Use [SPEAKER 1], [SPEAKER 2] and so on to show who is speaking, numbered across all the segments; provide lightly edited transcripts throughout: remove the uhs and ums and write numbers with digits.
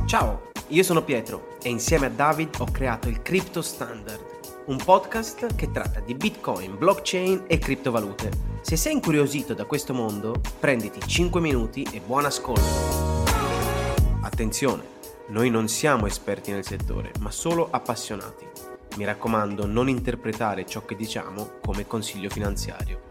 [SPEAKER 1] Ciao, io sono Pietro e insieme a David ho creato il Crypto Standard, un podcast che tratta di Bitcoin, blockchain e criptovalute. Se sei incuriosito da questo mondo, prenditi 5 minuti e buon ascolto. Attenzione, noi non siamo esperti nel settore, ma solo appassionati. Mi raccomando, non interpretare ciò che diciamo come consiglio finanziario.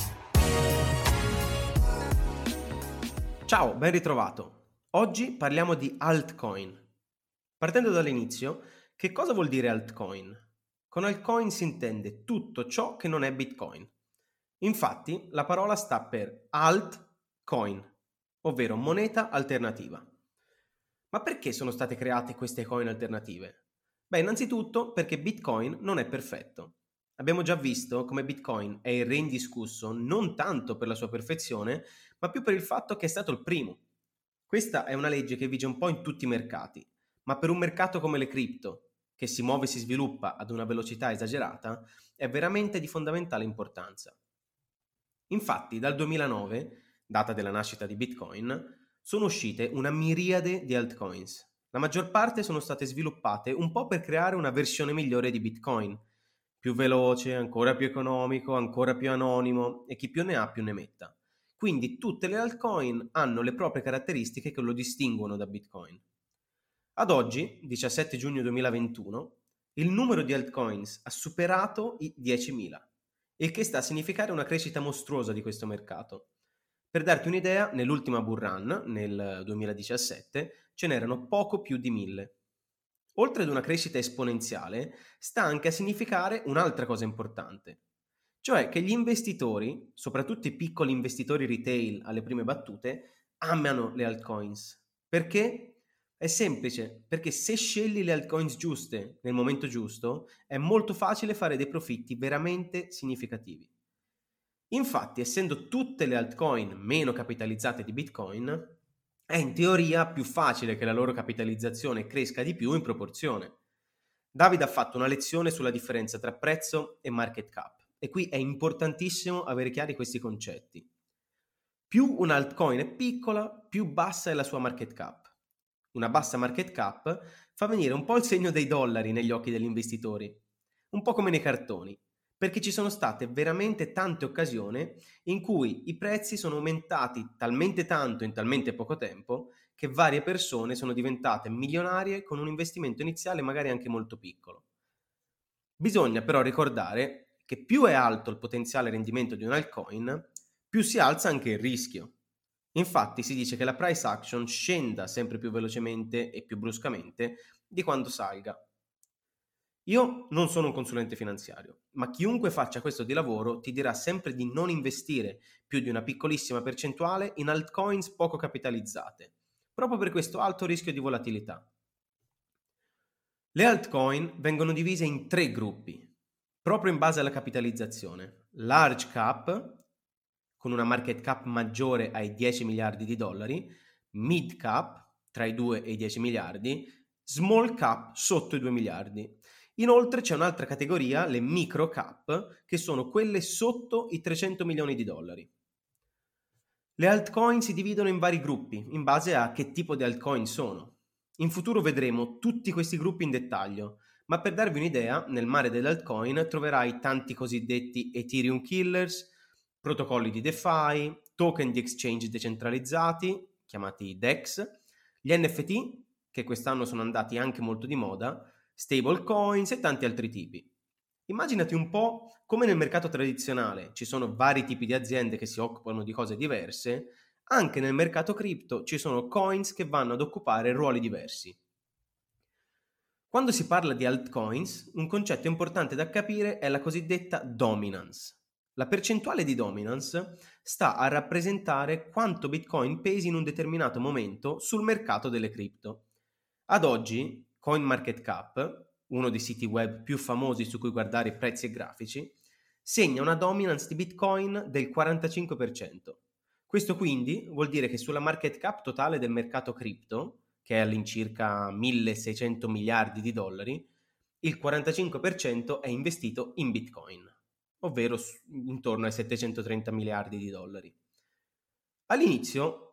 [SPEAKER 1] Ciao, ben ritrovato. Oggi parliamo di altcoin. Partendo dall'inizio, che cosa vuol dire altcoin? Con altcoin si intende tutto ciò che non è Bitcoin. Infatti, la parola sta per altcoin, ovvero moneta alternativa. Ma perché sono state create queste coin alternative? Beh, innanzitutto perché Bitcoin non è perfetto. Abbiamo già visto come Bitcoin è il re indiscusso non tanto per la sua perfezione, ma più per il fatto che è stato il primo. Questa è una legge che vige un po' in tutti i mercati, ma per un mercato come le cripto, che si muove e si sviluppa ad una velocità esagerata, è veramente di fondamentale importanza. Infatti, dal 2009, data della nascita di Bitcoin, sono uscite una miriade di altcoins. La maggior parte sono state sviluppate un po' per creare una versione migliore di Bitcoin, più veloce, ancora più economico, ancora più anonimo e chi più ne ha più ne metta. Quindi tutte le altcoin hanno le proprie caratteristiche che lo distinguono da Bitcoin. Ad oggi, 17 giugno 2021, il numero di altcoins ha superato i 10.000, il che sta a significare una crescita mostruosa di questo mercato. Per darti un'idea, nell'ultima bull run, nel 2017, ce n'erano poco più di 1.000. Oltre ad una crescita esponenziale, sta anche a significare un'altra cosa importante, cioè che gli investitori, soprattutto i piccoli investitori retail alle prime battute, amano le altcoins. Perché? È semplice, perché se scegli le altcoins giuste nel momento giusto, è molto facile fare dei profitti veramente significativi. Infatti, essendo tutte le altcoin meno capitalizzate di Bitcoin, è in teoria più facile che la loro capitalizzazione cresca di più in proporzione. David ha fatto una lezione sulla differenza tra prezzo e market cap e qui è importantissimo avere chiari questi concetti. Più un'altcoin è piccola, più bassa è la sua market cap. Una bassa market cap fa venire un po' il segno dei dollari negli occhi degli investitori, un po' come nei cartoni, perché ci sono state veramente tante occasioni in cui i prezzi sono aumentati talmente tanto in talmente poco tempo che varie persone sono diventate milionarie con un investimento iniziale magari anche molto piccolo. Bisogna però ricordare che più è alto il potenziale rendimento di un altcoin, più si alza anche il rischio. Infatti si dice che la price action scenda sempre più velocemente e più bruscamente di quando salga. Io non sono un consulente finanziario, ma chiunque faccia questo di lavoro ti dirà sempre di non investire più di una piccolissima percentuale in altcoins poco capitalizzate, proprio per questo alto rischio di volatilità. Le altcoin vengono divise in 3 gruppi, proprio in base alla capitalizzazione. Large cap, con una market cap maggiore ai 10 miliardi di dollari, mid cap, tra i 2 e i 10 miliardi, small cap sotto i 2 miliardi. Inoltre c'è un'altra categoria, le micro cap, che sono quelle sotto i 300 milioni di dollari. Le altcoin si dividono in vari gruppi, in base a che tipo di altcoin sono. In futuro vedremo tutti questi gruppi in dettaglio, ma per darvi un'idea, nel mare delle altcoin troverai tanti cosiddetti Ethereum killers, protocolli di DeFi, token di exchange decentralizzati, chiamati DEX, gli NFT, che quest'anno sono andati anche molto di moda, stablecoins e tanti altri tipi. Immaginati un po' come nel mercato tradizionale ci sono vari tipi di aziende che si occupano di cose diverse, anche nel mercato cripto ci sono coins che vanno ad occupare ruoli diversi. Quando si parla di altcoins, un concetto importante da capire è la cosiddetta dominance. La percentuale di dominance sta a rappresentare quanto Bitcoin pesi in un determinato momento sul mercato delle cripto. Ad oggi, CoinMarketCap, uno dei siti web più famosi su cui guardare i prezzi e grafici, segna una dominance di Bitcoin del 45%. Questo quindi vuol dire che sulla market cap totale del mercato cripto, che è all'incirca 1.600 miliardi di dollari, il 45% è investito in Bitcoin, ovvero intorno ai 730 miliardi di dollari. All'inizio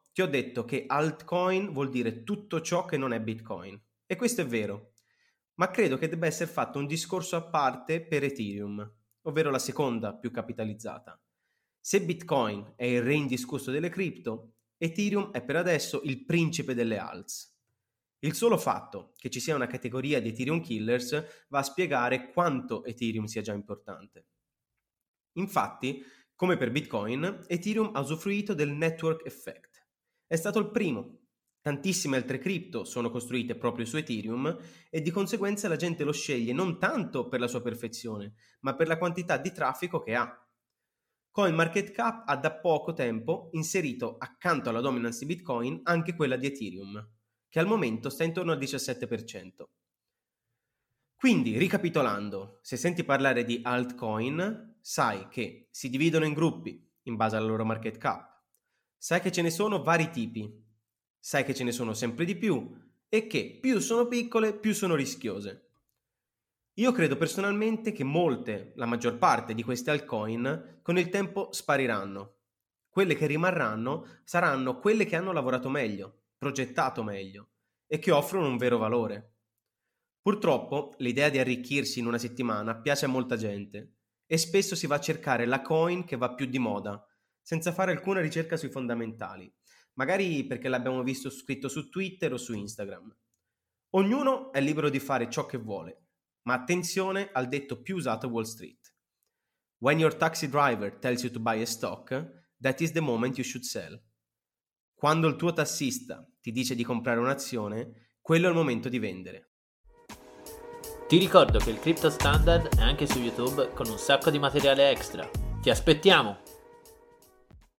[SPEAKER 1] ti ho detto che altcoin vuol dire tutto ciò che non è Bitcoin. E questo è vero, ma credo che debba essere fatto un discorso a parte per Ethereum, ovvero la seconda più capitalizzata. Se Bitcoin è il re indiscusso delle cripto, Ethereum è per adesso il principe delle alts. Il solo fatto che ci sia una categoria di Ethereum killers va a spiegare quanto Ethereum sia già importante. Infatti, come per Bitcoin, Ethereum ha usufruito del network effect. È stato il primo. Tantissime altre cripto sono costruite proprio su Ethereum e di conseguenza la gente lo sceglie non tanto per la sua perfezione, ma per la quantità di traffico che ha. CoinMarketCap ha da poco tempo inserito accanto alla dominance di Bitcoin anche quella di Ethereum, che al momento sta intorno al 17%. Quindi, ricapitolando, se senti parlare di altcoin, sai che si dividono in gruppi in base alla loro market cap, sai che ce ne sono vari tipi, sai che ce ne sono sempre di più e che più sono piccole, più sono rischiose. Io credo personalmente che la maggior parte di queste altcoin con il tempo spariranno. Quelle che rimarranno saranno quelle che hanno lavorato meglio, progettato meglio e che offrono un vero valore. Purtroppo l'idea di arricchirsi in una settimana piace a molta gente e spesso si va a cercare la coin che va più di moda, senza fare alcuna ricerca sui fondamentali, magari perché l'abbiamo visto scritto su Twitter o su Instagram. Ognuno è libero di fare ciò che vuole, ma attenzione al detto più usato a Wall Street. When your taxi driver tells you to buy a stock, that is the moment you should sell. Quando il tuo tassista ti dice di comprare un'azione, quello è il momento di vendere.
[SPEAKER 2] Ti ricordo che il Crypto Standard è anche su YouTube con un sacco di materiale extra. Ti aspettiamo!